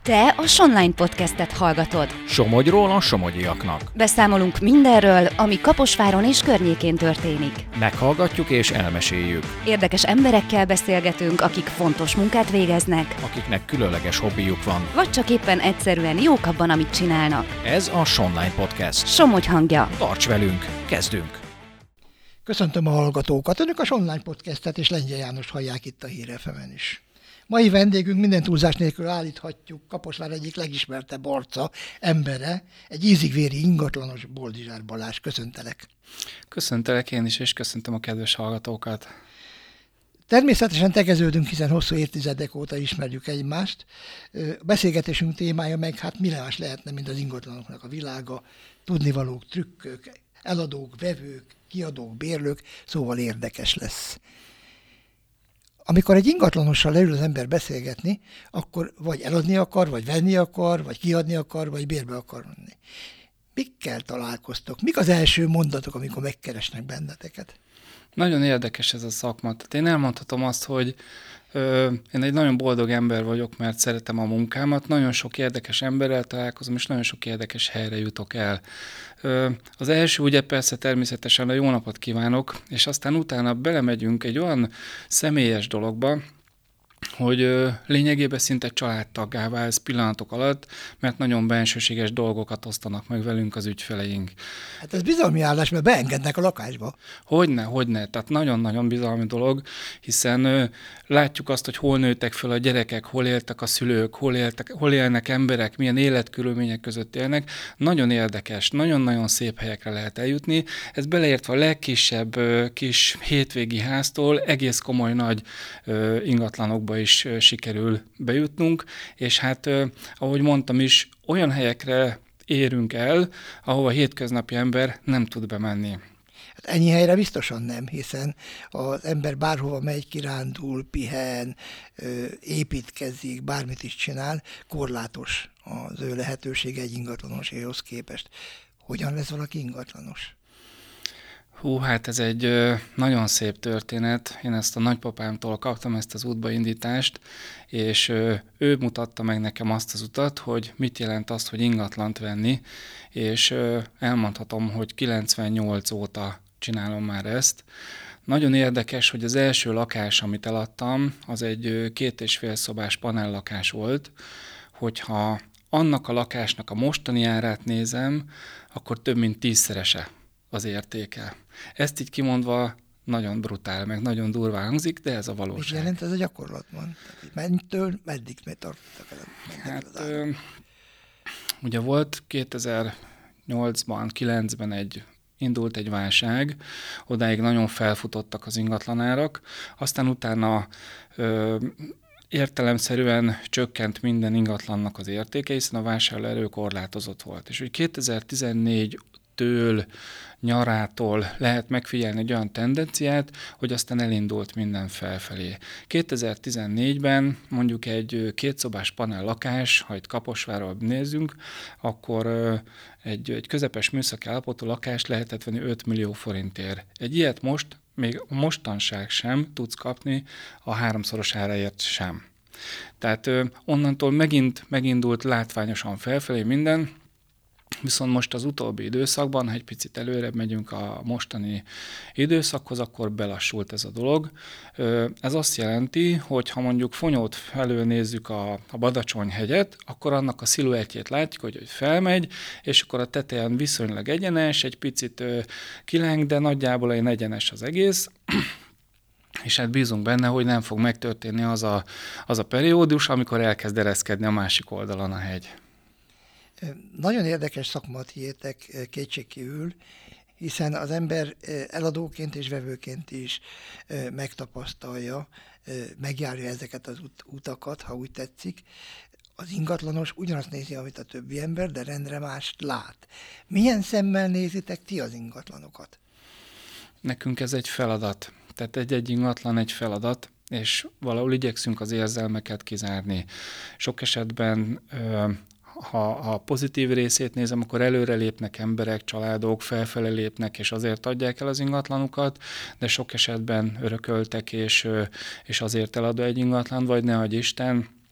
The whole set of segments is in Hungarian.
Te a Sonline podcastet hallgatod. Somogyról a somogyiaknak. Beszámolunk mindenről, ami Kaposváron és környékén történik. Meghallgatjuk és elmeséljük. Érdekes emberekkel beszélgetünk, akik fontos munkát végeznek, Akiknek különleges hobbijuk van. vagy csak éppen egyszerűen jók abban, amit csinálnak. Ez a Sonline Podcast. Somogy hangja. Tarts velünk, kezdünk! Köszöntöm a hallgatókat! Önök a Sonline Podcastet és Lengyel János hallják itt a Hír FM-en is. Mai vendégünk minden túlzás nélkül állíthatjuk Kaposvár egyik legismertebb arca, embere, egy ízigvéri ingatlanos Boldizsár Balázs. Köszöntelek! Köszöntelek én is, és köszöntöm a kedves hallgatókat. Természetesen tegeződünk, hiszen hosszú évtizedek óta ismerjük egymást. Beszélgetésünk témája meg hát mi más lehetne, mint az ingatlanoknak a világa, tudnivalók, trükkök, eladók, vevők, kiadók, bérlők, szóval érdekes lesz. Amikor egy ingatlanossal leül az ember beszélgetni, akkor vagy eladni akar, vagy venni akar, vagy kiadni akar, vagy bérbe akar menni. Mikkel találkoztok? Mik az első mondatok, amikor megkeresnek benneteket? Nagyon érdekes ez a szakma. Tehát én elmondhatom azt, hogy én egy nagyon boldog ember vagyok, mert szeretem a munkámat, nagyon sok érdekes emberrel találkozom, és nagyon sok érdekes helyre jutok el. Az első ugye persze természetesen a jó napot kívánok, és aztán utána belemegyünk egy olyan személyes dologba, hogy lényegében szinte családtaggá válsz pillanatok alatt, mert nagyon bensőséges dolgokat osztanak meg velünk az ügyfeleink. Hát ez bizalmi állás, mert beengednek a lakásba. Hogyne. Tehát nagyon-nagyon bizalmi dolog, hiszen látjuk azt, hogy hol nőttek föl a gyerekek, hol éltek a szülők, hol élnek emberek, milyen életkörülmények között élnek. Nagyon érdekes, nagyon-nagyon szép helyekre lehet eljutni. Ez beleértve a legkisebb kis hétvégi háztól egész komoly nagy ingatlanokba is sikerül bejutnunk, és hát, ahogy mondtam is, olyan helyekre érünk el, ahova a hétköznapi ember nem tud bemenni. Hát ennyi helyre biztosan nem, hiszen az ember bárhova megy, kirándul, pihen, építkezik, bármit is csinál, korlátos az ő lehetősége egy ingatlanoséhoz képest. Hogyan lesz valaki ingatlanos? Hát ez egy nagyon szép történet. Én ezt a nagypapámtól kaptam, ezt az útbaindítást, és ő mutatta meg nekem azt az utat, hogy mit jelent az, hogy ingatlant venni, és elmondhatom, hogy 98 óta csinálom már ezt. Nagyon érdekes, hogy az első lakás, amit eladtam, az egy 2,5 szobás panellakás volt, hogyha annak a lakásnak a mostani árát nézem, akkor több mint 10-szerese az értéke. Ezt így kimondva nagyon brutál, meg nagyon durván hangzik, de ez a valóság. Mit jelent ez a gyakorlatban? Mentől meddig tartottak el? Hát ugye volt 2008-ban, 2009-ben indult egy válság, odáig nagyon felfutottak az ingatlanárak, aztán utána értelemszerűen csökkent minden ingatlannak az értéke, hiszen a vásárlóerő korlátozott volt. És úgy 2014-től nyarától lehet megfigyelni egy olyan tendenciát, hogy aztán elindult minden felfelé. 2014-ben mondjuk egy 2 szobás panel lakás, ha itt Kaposvárról nézzünk, akkor egy közepes műszaki állapotú lakást lehetett venni 5 millió forintért. Egy ilyet most, még mostanság sem tudsz kapni a 3-szoros áraért sem. Tehát onnantól megindult látványosan felfelé minden, viszont most az utóbbi időszakban, ha egy picit előrebb megyünk a mostani időszakhoz, akkor belassult ez a dolog. Ez azt jelenti, hogy ha mondjuk Fonyód felől nézzük a Badacsony-hegyet, akkor annak a sziluettjét látjuk, hogy felmegy, és akkor a tetejen viszonylag egyenes, egy picit kileng, de nagyjából egy egyenes az egész. És hát bízunk benne, hogy nem fog megtörténni az a periódus, amikor elkezd ereszkedni a másik oldalon a hegy. Nagyon érdekes szakmat hihetek kétségkívül, hiszen az ember eladóként és vevőként is megtapasztalja, megjárja ezeket az utakat, ha úgy tetszik. Az ingatlanos ugyanazt nézi, amit a többi ember, de rendre mást lát. Milyen szemmel nézitek ti az ingatlanokat? Nekünk ez egy feladat. Tehát egy ingatlan egy feladat, és valahol igyekszünk az érzelmeket kizárni. Sok esetben ha pozitív részét nézem, akkor előre lépnek emberek, családok, felfele lépnek, és azért adják el az ingatlanukat, de sok esetben örököltek, és azért eladó egy ingatlan, vagy ne adj Isten,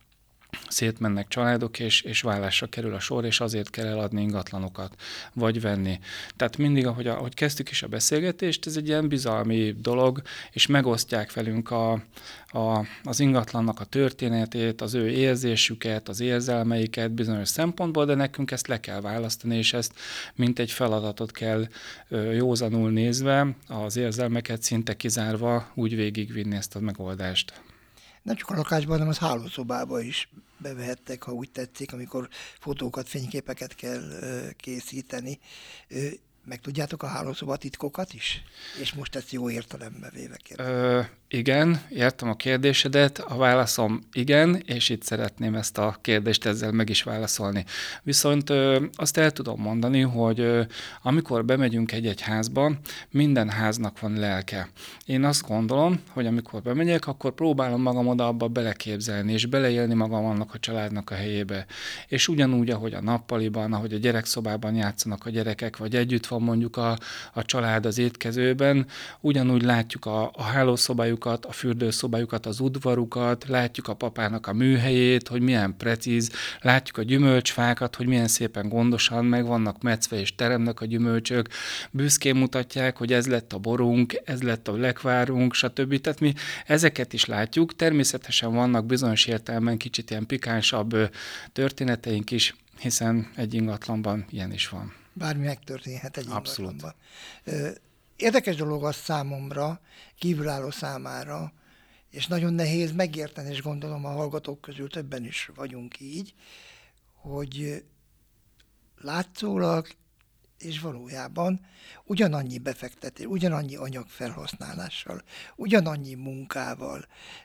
szétmennek családok, és vállásra kerül a sor, és azért kell eladni ingatlanokat, vagy venni. Tehát mindig, ahogy kezdtük is a beszélgetést, ez egy ilyen bizalmi dolog, és megosztják velünk az ingatlannak a történetét, az ő érzésüket, az érzelmeiket bizonyos szempontból, de nekünk ezt le kell választani, és ezt mint egy feladatot kell józanul nézve, az érzelmeket szinte kizárva úgy végigvinni ezt a megoldást. Nem csak a lakásban, hanem az hálószobába is bevehettek, ha úgy tetszik, amikor fotókat, fényképeket kell készíteni. Meg tudjátok a hálószoba titkokat is? És most ezt jó értelembe véve kérdezem. Igen, értem a kérdésedet, a válaszom igen, és itt szeretném ezt a kérdést ezzel meg is válaszolni. Viszont azt el tudom mondani, hogy amikor bemegyünk egy házba, minden háznak van lelke. Én azt gondolom, hogy amikor bemegyek, akkor próbálom magam oda abba beleképzelni, és beleélni magam annak a családnak a helyébe. És ugyanúgy, ahogy a nappaliban, ahogy a gyerekszobában játszanak a gyerekek, vagy együtt van mondjuk a család az étkezőben, ugyanúgy látjuk a hálószobájukat, a fürdőszobájukat, az udvarukat, látjuk a papának a műhelyét, hogy milyen precíz, látjuk a gyümölcsfákat, hogy milyen szépen gondosan meg vannak metszve és teremnek a gyümölcsök, büszkén mutatják, hogy ez lett a borunk, ez lett a lekvárunk, stb. Tehát mi ezeket is látjuk. Természetesen vannak bizonyos értelemben kicsit ilyen pikánsabb történeteink is, hiszen egy ingatlanban ilyen is van. Bármi megtörténhet egy Abszolút. ingatlanban. Érdekes dolog az számomra, kívülálló számára, és nagyon nehéz megérteni, és gondolom a hallgatók közül többen is vagyunk így, hogy látszólag és valójában ugyanannyi befektetés, ugyanannyi anyagfelhasználással, ugyanannyi munkával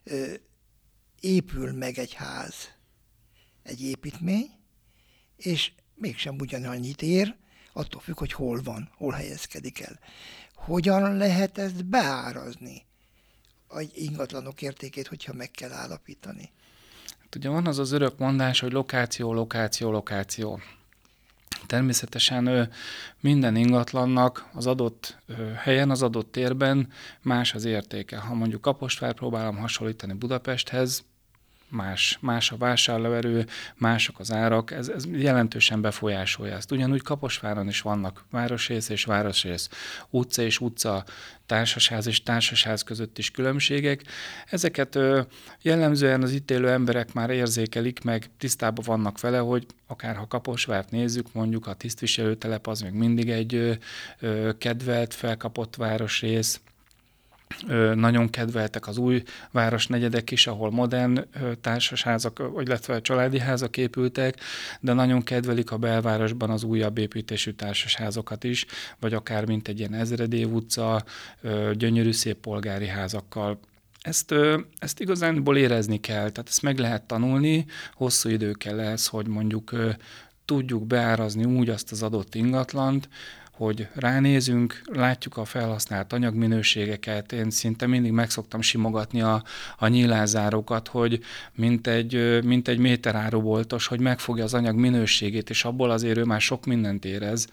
épül meg egy ház, egy építmény, és mégsem ugyanannyit ér, attól függ, hogy hol van, hol helyezkedik el. Hogyan lehet ezt beárazni, az ingatlanok értékét, hogyha meg kell állapítani? Hát ugye van az az örök mondás, hogy lokáció, lokáció, lokáció. Természetesen minden ingatlannak az adott helyen, az adott térben más az értéke. Ha mondjuk Kaposvár próbálom hasonlítani Budapesthez, más a vásárlóerő, mások az árak, ez jelentősen befolyásolja ezt. Ugyanúgy Kaposváron is vannak városrész és városrész, utca és utca, társasház és társasház között is különbségek. Ezeket jellemzően az itt élő emberek már érzékelik, meg tisztában vannak vele, hogy akár ha Kaposvárt nézzük, mondjuk a tisztviselőtelep az még mindig egy kedvelt, felkapott városrész. Nagyon kedveltek az új városnegyedek is, ahol modern társasházak, illetve családi házak épültek, de nagyon kedvelik a belvárosban az újabb építésű társasházokat is, vagy akár mint egy ilyen Ezredév utca, gyönyörű szép polgári házakkal. Ezt igazánból érezni kell, tehát ezt meg lehet tanulni, hosszú idő kell ehhez, hogy mondjuk tudjuk beárazni úgy azt az adott ingatlant, hogy ránézünk, látjuk a felhasznált anyagminőségeket, én szinte mindig meg szoktam simogatni a nyílászárókat, hogy mint egy méteráruboltos, hogy megfogja az anyag minőségét, és abból azért ő már sok mindent érez,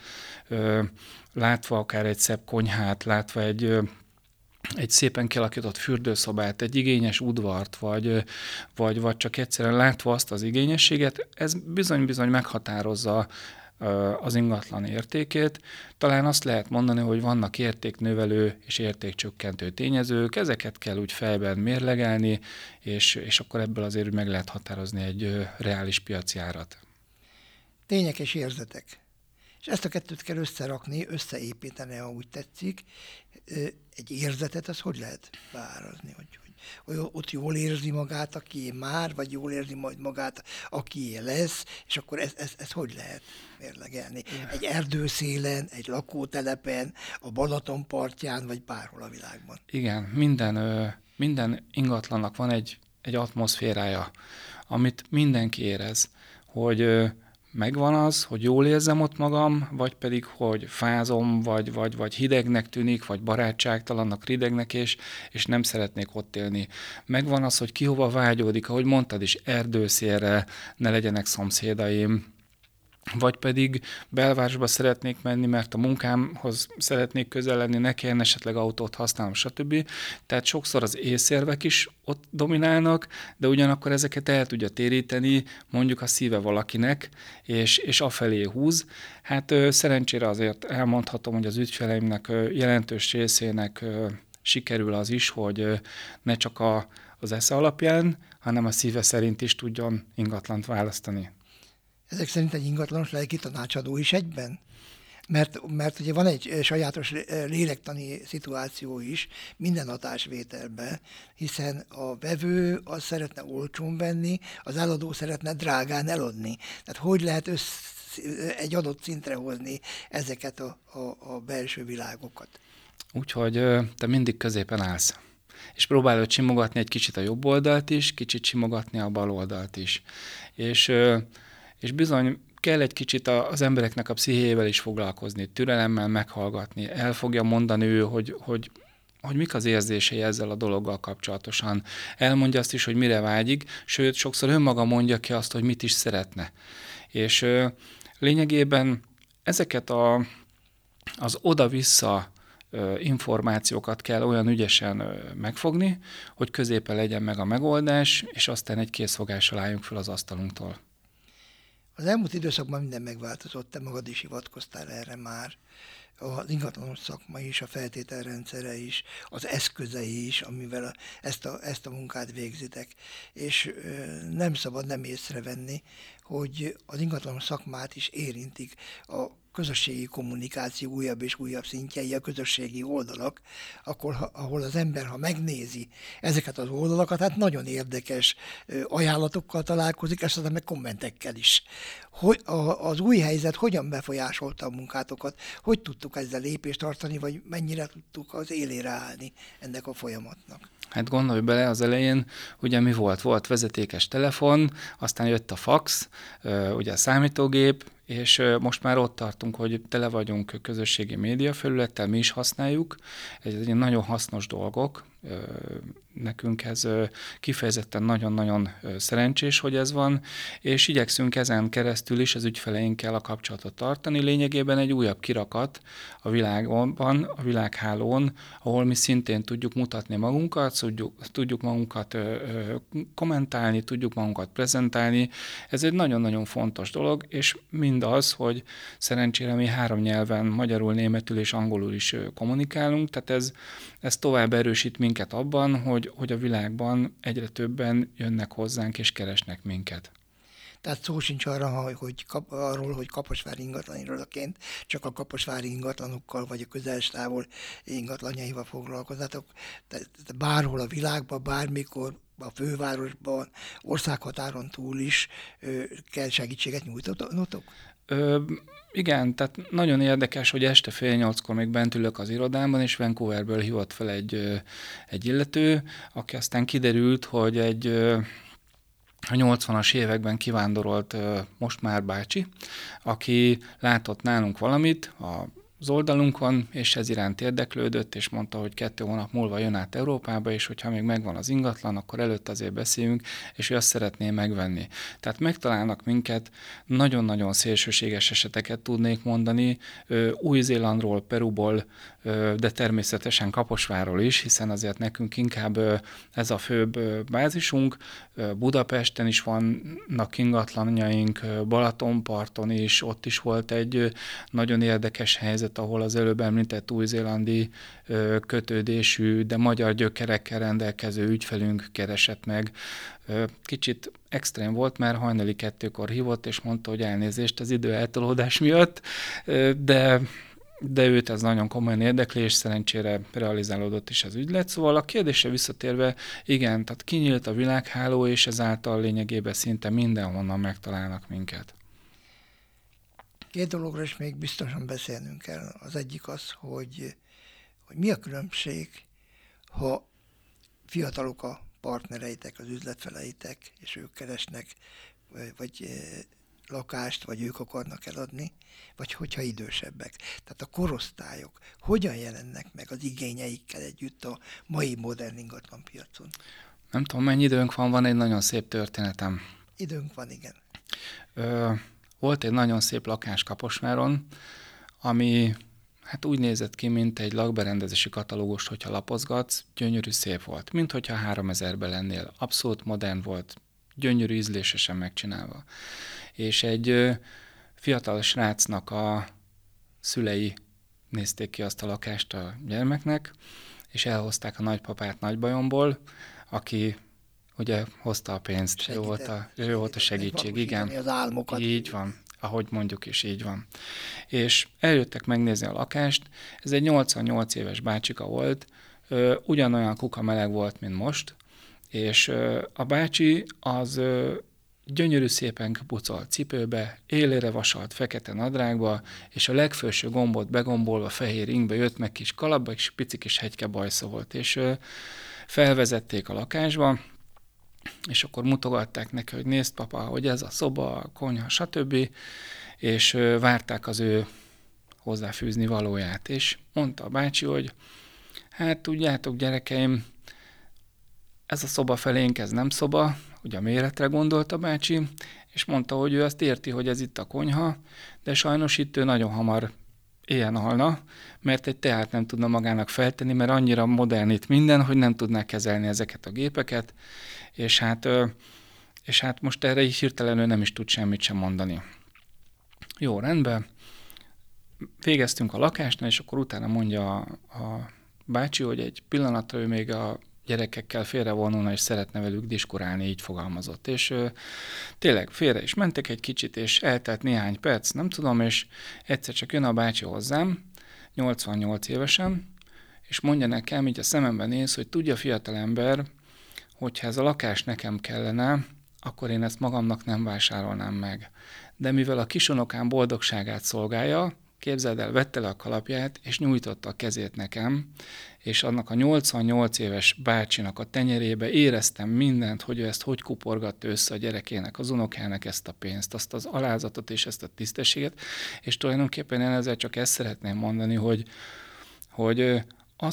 látva akár egy szebb konyhát, látva egy szépen kialakított fürdőszobát, egy igényes udvart, vagy csak egyszerűen látva azt az igényességet, ez bizony-bizony meghatározza az ingatlan értékét. Talán azt lehet mondani, hogy vannak értéknövelő és értékcsökkentő tényezők, ezeket kell úgy fejben mérlegelni, és akkor ebből azért meg lehet határozni egy reális piaci árat. Tények és érzetek. És ezt a kettőt kell összerakni, összeépíteni, ha úgy tetszik. Egy érzetet, az hogy lehet beárazni? Hogy ott jól érzi magát, aki már, vagy jól érzi majd magát, aki lesz, és akkor ezt hogy lehet mérlegelni? Egy erdőszélen, egy lakótelepen, a Balaton partján, vagy bárhol a világban. Igen, minden ingatlannak van egy atmoszférája, amit mindenki érez, hogy megvan az, hogy jól érzem ott magam, vagy pedig, hogy fázom, vagy hidegnek tűnik, vagy barátságtalannak, ridegnek, és nem szeretnék ott élni. Megvan az, hogy ki hova vágyódik, ahogy mondtad is, erdőszélre, ne legyenek szomszédaim, vagy pedig belvárosba szeretnék menni, mert a munkámhoz szeretnék közel lenni, ne kelljen esetleg autót használnom, stb. Tehát sokszor az észérvek is ott dominálnak, de ugyanakkor ezeket el tudja téríteni mondjuk a szíve valakinek, és afelé húz. Hát szerencsére azért elmondhatom, hogy az ügyfeleimnek jelentős részének sikerül az is, hogy ne csak az esze alapján, hanem a szíve szerint is tudjon ingatlant választani. Ezek szerint egy ingatlanos lelki tanácsadó is egyben? Mert ugye van egy sajátos lélektani szituáció is minden adásvételben, hiszen a vevő az szeretne olcsón venni, az eladó szeretne drágán eladni. Tehát hogy lehet egy adott szintre hozni ezeket a belső világokat? Úgyhogy te mindig középen állsz. És próbálod simogatni egy kicsit a jobb oldalt is, kicsit simogatni a bal oldalt is. És bizony kell egy kicsit az embereknek a pszichéjével is foglalkozni, türelemmel meghallgatni. El fogja mondani ő, hogy mik az érzései ezzel a dologgal kapcsolatosan. Elmondja azt is, hogy mire vágyik, sőt, sokszor önmaga mondja ki azt, hogy mit is szeretne. És lényegében ezeket az oda-vissza információkat kell olyan ügyesen megfogni, hogy középen legyen meg a megoldás, és aztán egy készfogással álljunk fel az asztalunktól. Az elmúlt időszakban minden megváltozott, te magad is hivatkoztál erre már. Az ingatlanos szakma is, a feltételrendszere is, az eszközei is, amivel ezt a munkát végzitek. És nem szabad nem észrevenni, hogy az ingatlanos szakmát is érintik a közösségi kommunikáció újabb és újabb szintjei, a közösségi oldalak, ahol az ember, ha megnézi ezeket az oldalakat, hát nagyon érdekes ajánlatokkal találkozik, és aztán meg kommentekkel is. Az új helyzet hogyan befolyásolta a munkátokat, hogy tudtuk ezzel lépést tartani, vagy mennyire tudtuk az élére állni ennek a folyamatnak? Hát gondolj bele, az elején ugye mi volt? Volt vezetékes telefon, aztán jött a fax, ugye a számítógép, és most már ott tartunk, hogy tele vagyunk közösségi média felülettel, mi is használjuk. Ez egy nagyon hasznos dolgok. Nekünk ez kifejezetten nagyon-nagyon szerencsés, hogy ez van, és igyekszünk ezen keresztül is az ügyfeleinkkel a kapcsolatot tartani. Lényegében egy újabb kirakat a világban, a világhálón, ahol mi szintén tudjuk mutatni magunkat, tudjuk magunkat kommentálni, tudjuk magunkat prezentálni. Ez egy nagyon-nagyon fontos dolog, és mindaz, hogy szerencsére mi 3 nyelven, magyarul, németül és angolul is kommunikálunk, tehát ez tovább erősít minket abban, hogy a világban egyre többen jönnek hozzánk és keresnek minket. Tehát szó sincs arról, hogy kaposvári ingatlanirodaként csak a kaposvári ingatlanokkal vagy a közel-távol ingatlanjaival foglalkozatok. Tehát bárhol a világban, bármikor, a fővárosban, országhatáron túl is kell segítséget nyújtonotok? Igen, tehát nagyon érdekes, hogy este 7:30-kor még bent ülök az irodámban, és Vancouverből hívott fel egy illető, aki aztán kiderült, hogy a 80-as években kivándorolt most már bácsi, aki látott nálunk valamit az oldalunkon, és ez iránt érdeklődött, és mondta, hogy 2 hónap múlva jön át Európába, és hogyha még megvan az ingatlan, akkor előtt azért beszéljünk, és ő azt szeretné megvenni. Tehát megtalálnak minket, nagyon-nagyon szélsőséges eseteket tudnék mondani, Új-Zélandról, Peruból, de természetesen Kaposvárról is, hiszen azért nekünk inkább ez a főbb bázisunk. Budapesten is vannak ingatlanjaink, Balatonparton is, ott is volt egy nagyon érdekes helyzet, ahol az előbb említett új-zélandi kötődésű, de magyar gyökerekkel rendelkező ügyfelünk keresett meg. Kicsit extrém volt, mert hajnali 2-kor hívott, és mondta, hogy elnézést az idő eltolódás miatt, de őt ez nagyon komolyan érdekli, és szerencsére realizálódott is az ügylet. Szóval a kérdésre visszatérve, igen, tehát kinyílt a világháló, és ezáltal lényegében szinte mindenhonnan megtalálnak minket. 2 dologról is még biztosan beszélnünk kell. Az egyik az, hogy mi a különbség, ha fiatalok a partnereitek, az üzletfeleitek, és ők keresnek, vagy lakást, vagy ők akarnak eladni, vagy hogyha idősebbek. Tehát a korosztályok hogyan jelennek meg az igényeikkel együtt a mai modern ingatlanpiacon? Nem tudom, mennyi időnk van egy nagyon szép történetem. Időnk van, igen. Volt egy nagyon szép lakás Kaposváron, ami hát úgy nézett ki, mint egy lakberendezési katalógust, hogyha lapozgatsz, gyönyörű szép volt. Mint hogyha 3000-ben lennél. Abszolút modern volt, gyönyörű ízlésesen megcsinálva. És egy fiatal srácnak a szülei nézték ki azt a lakást a gyermeknek, és elhozták a nagypapát Nagybajomból, aki ugye hozta a pénzt, ő volt a segítség, igen. Az álmokat. Így van, ahogy mondjuk is, így van. És eljöttek megnézni a lakást, ez egy 88 éves bácsika volt, ugyanolyan kukameleg volt, mint most, és a bácsi az gyönyörű szépen pucolt cipőbe, élére vasalt fekete nadrágba, és a legfelső gombot begombolva fehér ingbe jött, meg kis kalapba, és pici kis hegyke bajsza volt, és felvezették a lakásba, és akkor mutogatták neki, hogy nézd papa, hogy ez a szoba, a konyha, stb., és várták az ő hozzáfűzni valóját, és mondta a bácsi, hogy hát tudjátok gyerekeim, ez a szoba felénk, ez nem szoba, ugye a méretre gondolt a bácsi, és mondta, hogy ő azt érti, hogy ez itt a konyha, de sajnos itt ő nagyon hamar éhen halna, mert egy teát nem tudna magának feltenni, mert annyira modern itt minden, hogy nem tudná kezelni ezeket a gépeket, és hát most erre így hirtelen ő nem is tud semmit sem mondani. Jó, rendben. Végeztünk a lakásnál, és akkor utána mondja a bácsi, hogy egy pillanatra ő még a gyerekekkel félrevonulna, és szeretne velük diskurálni, így fogalmazott. És tényleg félre is mentek egy kicsit, és eltelt néhány perc, nem tudom, és egyszer csak jön a bácsi hozzám, 88 évesen, és mondja nekem, így a szememben néz, hogy tudja fiatalember, hogyha ez a lakás nekem kellene, akkor én ezt magamnak nem vásárolnám meg. De mivel a kisunokám boldogságát szolgálja, képzeld el, vette le a kalapját, és nyújtotta a kezét nekem, és annak a 88 éves bácsinak a tenyerébe éreztem mindent, hogy ő ezt hogy kuporgatta össze a gyerekének, az unokának ezt a pénzt, azt az alázatot és ezt a tisztességet, és tulajdonképpen én ezzel csak ezt szeretném mondani, hogy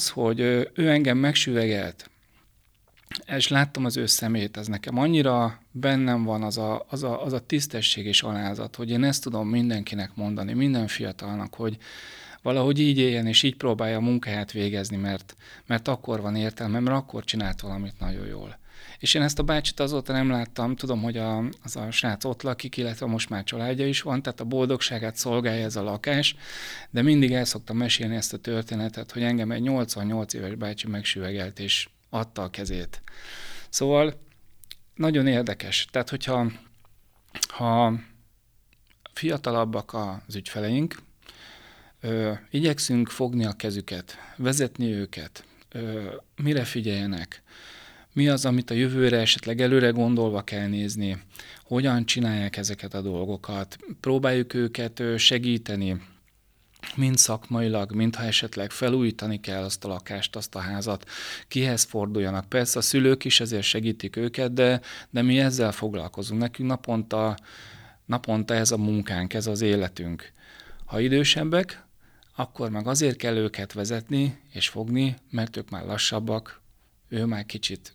ő engem megsüvegelt, és láttam az ő szemét, ez nekem annyira bennem van az a tisztesség és alázat, hogy én ezt tudom mindenkinek mondani, minden fiatalnak, hogy valahogy így éljen, és így próbálja a munkáját végezni, mert akkor van értelme, mert akkor csinált valamit nagyon jól. És én ezt a bácsit azóta nem láttam, tudom, hogy az a srác ott lakik, illetve most már családja is van, tehát a boldogságát szolgálja ez a lakás, de mindig el szoktam mesélni ezt a történetet, hogy engem egy 88 éves bácsi megsüvegelt, és adta a kezét. Szóval nagyon érdekes. Tehát, hogyha fiatalabbak az ügyfeleink, igyekszünk fogni a kezüket, vezetni őket, mire figyeljenek, mi az, amit a jövőre esetleg előre gondolva kell nézni, hogyan csinálják ezeket a dolgokat, próbáljuk őket segíteni, mind szakmailag, mind ha esetleg felújítani kell azt a lakást, azt a házat, kihez forduljanak. Persze a szülők is ezért segítik őket, de mi ezzel foglalkozunk. Nekünk naponta ez a munkánk, ez az életünk. Ha idősebbek, akkor meg azért kell őket vezetni és fogni, mert ők már lassabbak, ő már kicsit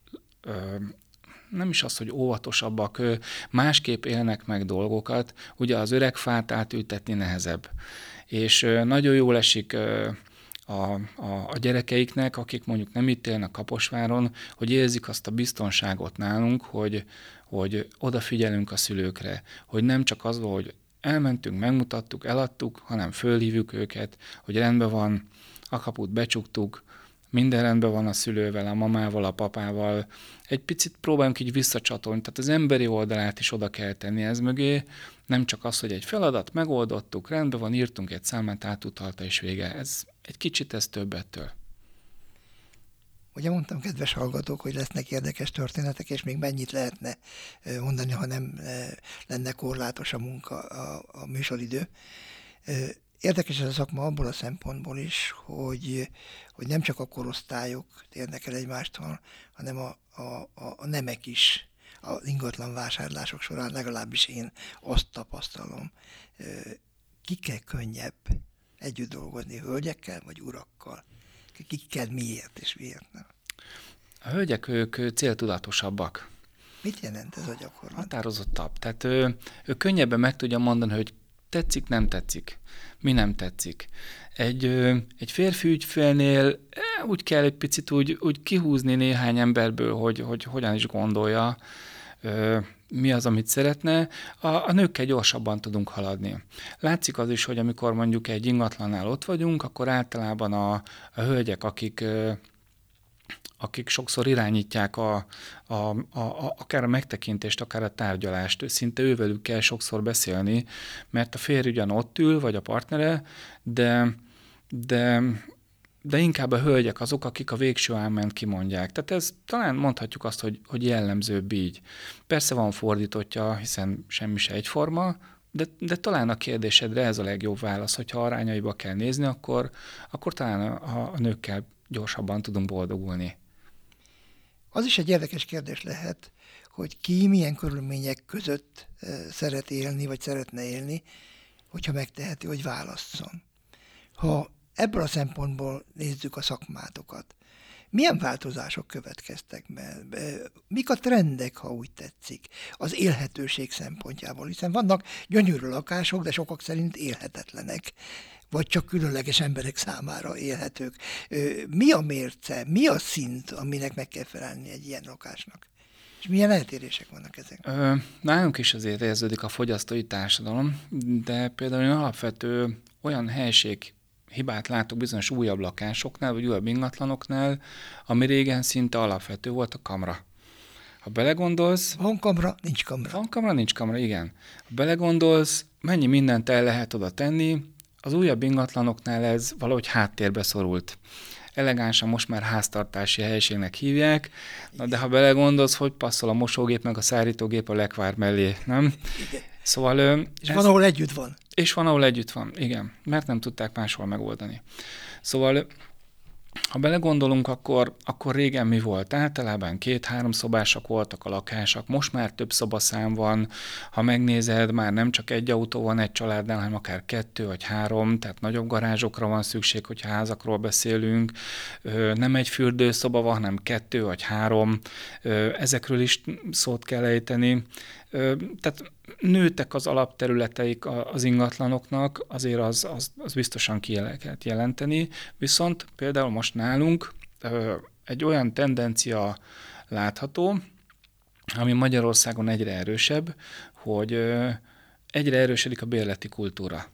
nem is az, hogy óvatosabbak, másképp élnek meg dolgokat, ugye az öreg fát átültetni nehezebb. És nagyon jól esik a gyerekeiknek, akik mondjuk nem itt élnek Kaposváron, hogy érzik azt a biztonságot nálunk, hogy odafigyelünk a szülőkre, hogy nem csak az, hogy elmentünk, megmutattuk, eladtuk, hanem fölhívjuk őket, hogy rendben van, a kaput becsuktuk, minden rendben van a szülővel, a mamával, a papával. Egy picit próbáljunk így visszacsatolni, tehát az emberi oldalát is oda kell tenni ez mögé, nem csak az, hogy egy feladat, megoldottuk, rendben van, írtunk egy számát, átutalta és vége. Ez egy kicsit ez több ettől. Ugye mondtam, kedves hallgatók, hogy lesznek érdekes történetek, és még mennyit lehetne mondani, ha nem lenne korlátos a munka, a műsoridő. Érdekes ez a szakma abból a szempontból is, hogy nem csak a korosztályok térnek el egymástól, hanem a nemek is az ingatlan vásárlások során, legalábbis én azt tapasztalom. Kikkel könnyebb együtt dolgozni, hölgyekkel vagy urakkal? Kikkel miért és miért nem? A hölgyek, ők céltudatosabbak. Mit jelent ez a gyakorlat? Határozottabb. Tehát ő könnyebben meg tudja mondani, hogy tetszik, nem tetszik. Mi nem tetszik. Egy férfi ügyfélnél úgy kell egy picit úgy kihúzni néhány emberből, hogy hogyan is gondolja, mi az, amit szeretne. A nőkkel gyorsabban tudunk haladni. Látszik az is, hogy amikor mondjuk egy ingatlannál ott vagyunk, akkor általában a hölgyek, akik sokszor irányítják akár a megtekintést, akár a tárgyalást, szinte ővelük kell sokszor beszélni, mert a férj ugyan ott ül, vagy a partnere, de inkább a hölgyek azok, akik a végső áment kimondják. Tehát ez talán mondhatjuk azt, hogy jellemzőbb így. Persze van fordítottja, hiszen semmi se egyforma, de talán a kérdésedre ez a legjobb válasz, hogyha arányaiba kell nézni, akkor talán a nőkkel gyorsabban tudunk boldogulni. Az is egy érdekes kérdés lehet, hogy ki milyen körülmények között szeret élni, vagy szeretne élni, hogyha megteheti, hogy válasszon. Ha ebből a szempontból nézzük a szakmátokat, milyen változások következtek be? Mik a trendek, ha úgy tetszik, az élhetőség szempontjából? Hiszen vannak gyönyörű lakások, de sokak szerint élhetetlenek, vagy csak különleges emberek számára élhetők. Mi a mérce, mi a szint, aminek meg kell felelni egy ilyen lakásnak? És milyen eltérések vannak ezek? Nálunk is azért érződik a fogyasztói társadalom, de például alapvető olyan helység hibát látok bizonyos újabb lakásoknál, vagy újabb ingatlanoknál, ami régen szinte alapvető volt, a kamra. Ha belegondolsz... Van kamra, nincs kamra. Van kamra, nincs kamra, igen. Ha belegondolsz, mennyi mindent el lehet oda tenni, az újabb ingatlanoknál ez valahogy háttérbe szorult. Elegánsan most már háztartási helységnek hívják, de ha belegondolsz, hogy passzol a mosógép meg a szárítógép a lekvár mellé, nem? Igen. Szóval... És van, ahol együtt van. És van, ahol együtt van, igen, mert nem tudták máshol megoldani. Szóval, ha belegondolunk, akkor régen mi volt? Általában 2-3 szobásak voltak a lakások, most már több szobaszám van, ha megnézed, már nem csak egy autó van egy családnál, hanem akár 2 vagy 3, tehát nagyobb garázsokra van szükség, hogyha házakról beszélünk, nem egy fürdőszoba van, hanem 2 vagy 3, ezekről is szót kell ejteni. Tehát nőttek az alapterületeik az ingatlanoknak, azért az biztosan ki lehet jelenteni, viszont például most nálunk egy olyan tendencia látható, ami Magyarországon egyre erősebb, hogy egyre erősödik a bérleti kultúra.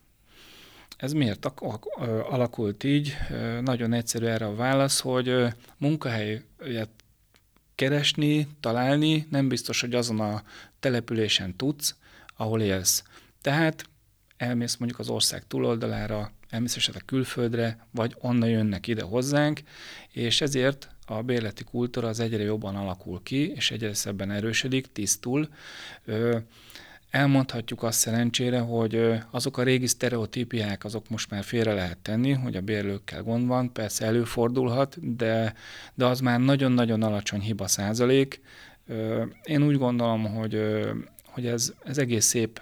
Ez miért alakult így? Nagyon egyszerű erre a válasz, hogy munkahelyet keresni, találni, nem biztos, hogy azon a településen tudsz, ahol élsz. Tehát elmész mondjuk az ország túloldalára, elmész esetleg külföldre, vagy onnan jönnek ide hozzánk, és ezért a bérleti kultúra az egyre jobban alakul ki, és egyre szebben erősödik, tisztul. Elmondhatjuk azt szerencsére, hogy azok a régi sztereotípiák, azok most már félre lehet tenni, hogy a bérlőkkel gond van, persze előfordulhat, de az már nagyon-nagyon alacsony hiba százalék. Én úgy gondolom, hogy ez egész szép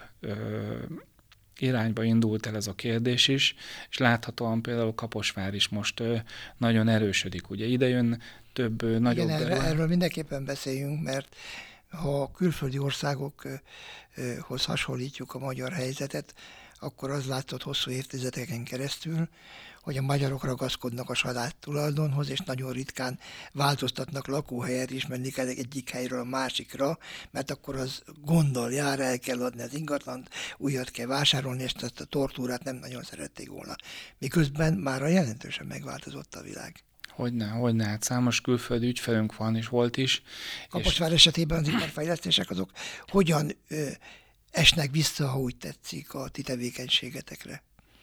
irányba indult el ez a kérdés is, és láthatóan például Kaposvár is most nagyon erősödik. Ugye ide jön több nagyobb... Igen, erről mindenképpen beszéljünk, mert ha a külföldi országokhoz hasonlítjuk a magyar helyzetet, akkor az látszott hosszú évtizedeken keresztül, hogy a magyarok ragaszkodnak a salád tulajdonhoz, és nagyon ritkán változtatnak lakóhelyet, és mennek egyik helyről a másikra, mert akkor az gonddal jár, el kell adni az ingatlant, újat kell vásárolni, és ezt a tortúrát nem nagyon szerették volna. Miközben már jelentősen megváltozott a világ. Hogyne, hát számos külföldi ügyfelünk van, és volt is. Kaposvár esetében az iparfejlesztések azok hogyan esnek vissza, ha úgy tetszik, a ti tevékenységetekre?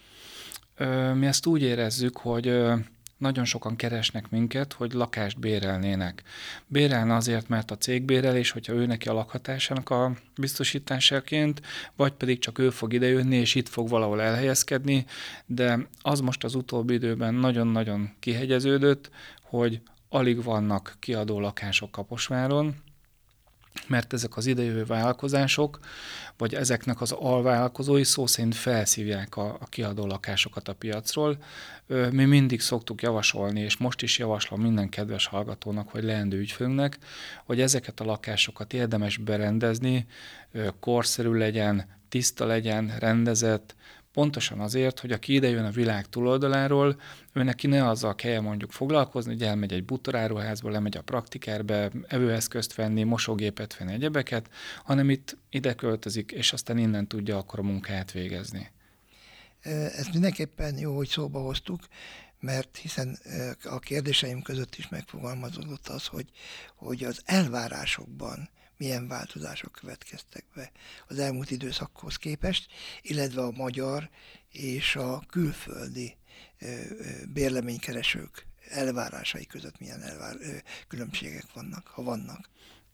Mi ezt úgy érezzük, hogy nagyon sokan keresnek minket, hogy lakást bérelnének. Bérelne azért, mert a cég bérel, és hogyha ő neki a lakhatásának a biztosításaként, vagy pedig csak ő fog idejönni, és itt fog valahol elhelyezkedni, de az most az utóbbi időben nagyon-nagyon kihegyeződött, hogy alig vannak kiadó lakások Kaposváron, mert ezek az idejövő vállalkozások, vagy ezeknek az alvállalkozói szó szerint felszívják a kiadó lakásokat a piacról. Mi mindig szoktuk javasolni, és most is javaslom minden kedves hallgatónak, vagy leendő ügyfőnknek, hogy ezeket a lakásokat érdemes berendezni, korszerű legyen, tiszta legyen, rendezett, pontosan azért, hogy aki ide jön a világ túloldaláról, ő neki ne azzal kelljen mondjuk foglalkozni, hogy elmegy egy bútoráruházba, lemegy a praktikerbe, evőeszközt venni, mosógépet venni, egyebeket, hanem itt ide költözik, és aztán innen tudja akkor a munkáját végezni. Ezt mindenképpen jó, hogy szóba hoztuk, mert hiszen a kérdéseim között is megfogalmazódott az, hogy az elvárásokban milyen változások következtek be az elmúlt időszakhoz képest, illetve a magyar és a külföldi bérleménykeresők elvárásai között milyen különbségek vannak, ha vannak.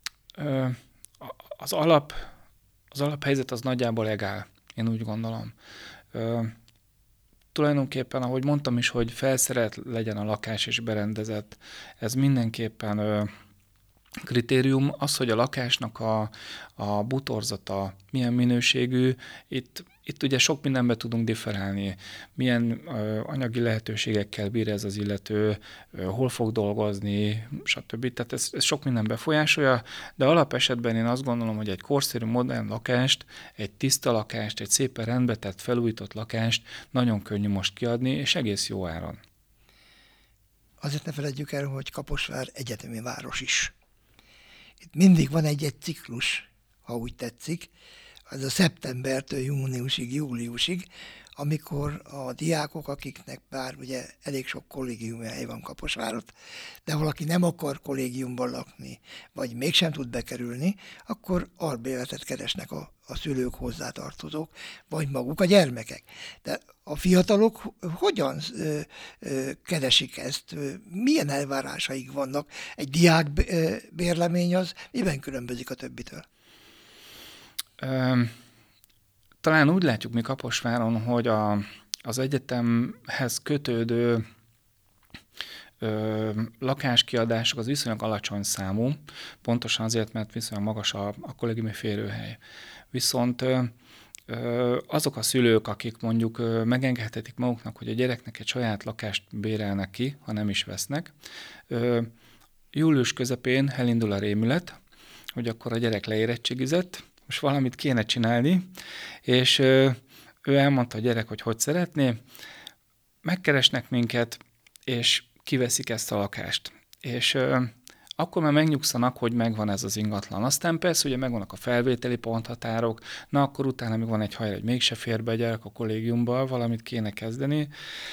Az alaphelyzet az nagyjából egál, én úgy gondolom. Tulajdonképpen, ahogy mondtam is, hogy felszerelt legyen a lakás és berendezett, ez mindenképpen kritérium. Az, hogy a lakásnak a butorzata milyen minőségű, itt ugye sok mindenben tudunk differálni. Milyen anyagi lehetőségekkel bír ez az illető, hol fog dolgozni, stb. Tehát ez sok minden befolyásolja, de alapesetben én azt gondolom, hogy egy korszerű, modern lakást, egy tiszta lakást, egy szépen rendbe tett, felújított lakást nagyon könnyű most kiadni, és egész jó áron. Azért ne feledjük el, hogy Kaposvár egyetemi város is. Itt mindig van egy ciklus, ha úgy tetszik, az a szeptembertől júniusig, júliusig, amikor a diákok, akiknek bár ugye elég sok kollégiumi hely van Kaposvárot, de valaki nem akar kollégiumban lakni, vagy mégsem tud bekerülni, akkor albérletet keresnek a szülők, hozzátartozók, vagy maguk a gyermekek. De a fiatalok hogyan keresik ezt? Milyen elvárásaik vannak? Egy diákbérlemény az miben különbözik a többitől? Talán úgy látjuk mi Kaposváron, hogy az egyetemhez kötődő lakáskiadások az viszonylag alacsony számú, pontosan azért, mert viszonylag magas a kollégiumi férőhely. Viszont azok a szülők, akik mondjuk megengedhetik maguknak, hogy a gyereknek egy saját lakást bérelnek ki, ha nem is vesznek, július közepén elindul a rémület, hogy akkor a gyerek leérettségizett, most valamit kéne csinálni, és ő elmondta a gyerek, hogy szeretné, megkeresnek minket, és kiveszik ezt a lakást. És akkor már megnyugszanak, hogy megvan ez az ingatlan. Aztán persze ugye megvannak a felvételi ponthatárok, na akkor utána még van egy hajra, hogy mégse fér be a gyerek a kollégiumba, valamit kéne kezdeni.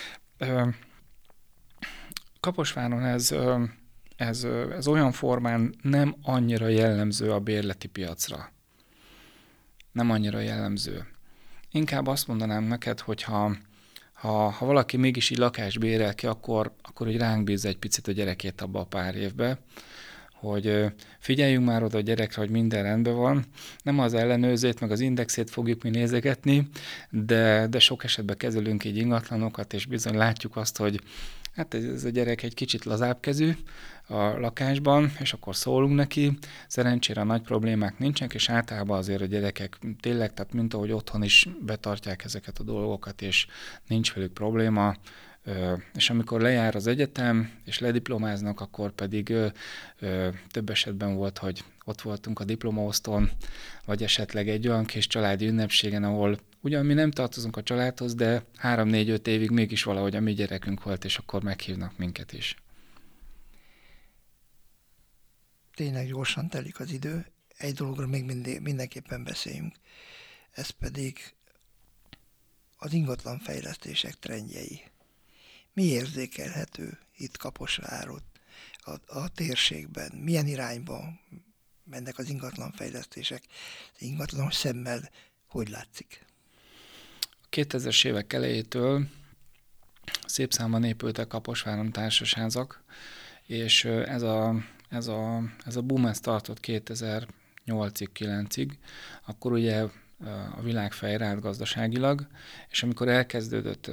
Kaposváron ez olyan formán nem annyira jellemző a bérleti piacra. Nem annyira jellemző. Inkább azt mondanám neked, hogy ha valaki mégis így lakást bérel ki, akkor úgy ránk bízza egy picit a gyerekét abba a pár évbe, hogy figyeljünk már oda a gyerekre, hogy minden rendben van. Nem az ellenőrzést, meg az indexét fogjuk mi nézegetni, de sok esetben kezelünk így ingatlanokat, és bizony látjuk azt, hogy hát ez a gyerek egy kicsit lazábbkezű a lakásban, és akkor szólunk neki. Szerencsére nagy problémák nincsenek, és általában azért a gyerekek tényleg, tehát mint ahogy otthon is betartják ezeket a dolgokat, és nincs velük probléma. És amikor lejár az egyetem, és lediplomáznak, akkor pedig több esetben volt, hogy ott voltunk a diplomaosztón, vagy esetleg egy olyan kis családi ünnepségen, ahol ugyan mi nem tartozunk a családhoz, de 3-4-5 évig mégis valahogy a mi gyerekünk volt, és akkor meghívnak minket is. Tényleg gyorsan telik az idő. Egy dologra még mindenképpen beszéljünk. Ez pedig az ingatlanfejlesztések trendjei. Mi érzékelhető itt Kaposváron, a térségben? Milyen irányba mennek az ingatlanfejlesztések? Az ingatlanos szemmel hogy látszik? 2000-es évek elejétől szép számban épültek Kaposváron társasházak, és ez a boom ez tartott 2008-9-ig, akkor ugye a világ fejreállt gazdaságilag, és amikor elkezdődött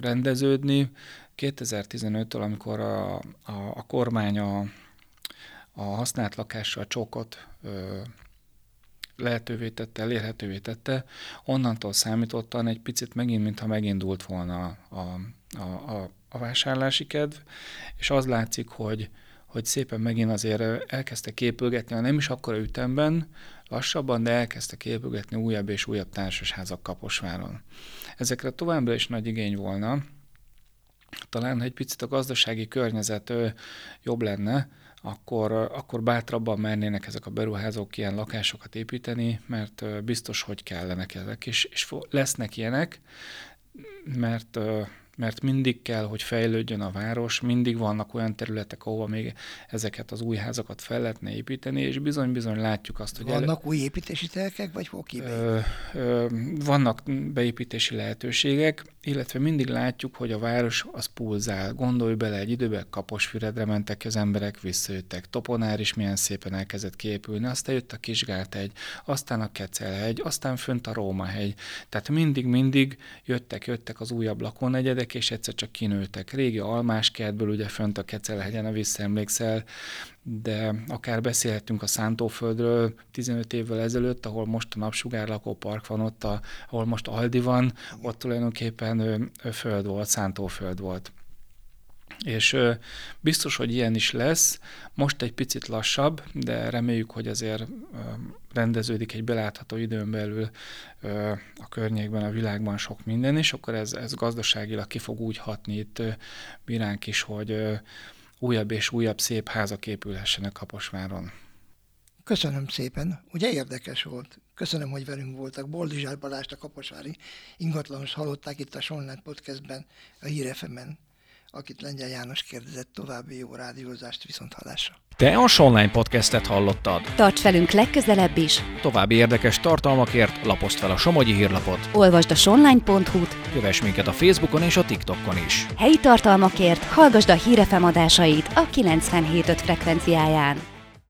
rendeződni, 2015-től, amikor a kormány a használt lakásra a csókot lehetővé tette, elérhetővé tette, onnantól számítottan egy picit megint, mintha megindult volna a vásárlási kedv, és az látszik, hogy szépen megint azért elkezdte képülgetni, nem is akkora ütemben, lassabban, de elkezdte képülgetni újabb és újabb társasházak Kaposváron. Ezekre továbbra is nagy igény volna, talán ha egy picit a gazdasági környezet jobb lenne, akkor bátrabban mernének ezek a beruházók ilyen lakásokat építeni, mert biztos, hogy kellenek ezek, és lesznek ilyenek, mert mindig kell, hogy fejlődjön a város, mindig vannak olyan területek, ahova még ezeket az új házakat fel lehetne építeni, és bizony-bizony látjuk azt, hogy... Vannak új építési telkek, vagy hol vannak beépítési lehetőségek, illetve mindig látjuk, hogy a város az pulzál. Gondolj bele, egy időben Kaposfüredre mentek az emberek, visszajöttek. Toponár is milyen szépen elkezdett kiépülni, aztán jött a Kisgálthegy, aztán a Kecelhegy, aztán fönt a Rómahegy. Tehát mindig jöttek az újabb lakónegyedek, és egyszer csak kinőttek. Régi almáskertből ugye fönt a Kecelhegyen, ha visszaemlékszel, de akár beszélhetünk a Szántóföldről 15 évvel ezelőtt, ahol most a Napsugár lakópark van, ott ahol most Aldi van, ott tulajdonképpen föld volt, szántóföld volt. És biztos, hogy ilyen is lesz, most egy picit lassabb, de reméljük, hogy azért rendeződik egy belátható időn belül a környékben, a világban sok minden, és akkor ez gazdaságilag ki fog úgy hatni itt miránk is, hogy újabb és újabb szép házak épülhessenek Kaposváron. Köszönöm szépen, ugye érdekes volt. Köszönöm, hogy velünk voltak. Boldizsár Balást, a kaposvári ingatlanos hallották itt a Sonline Podcastben, a Hír FM-en, akit Lengyel János kérdezett. További jó rádiózást, viszonthallásra. Te a Sonline Podcastet hallottad. Tarts velünk legközelebb is! További érdekes tartalmakért lapozd fel a Somogyi Hírlapot. Olvasd a sonline.hu-t, Kövess minket a Facebookon és a TikTokon is. helyi tartalmakért hallgasd a Hír FM adásait a 97.5 frekvenciáján.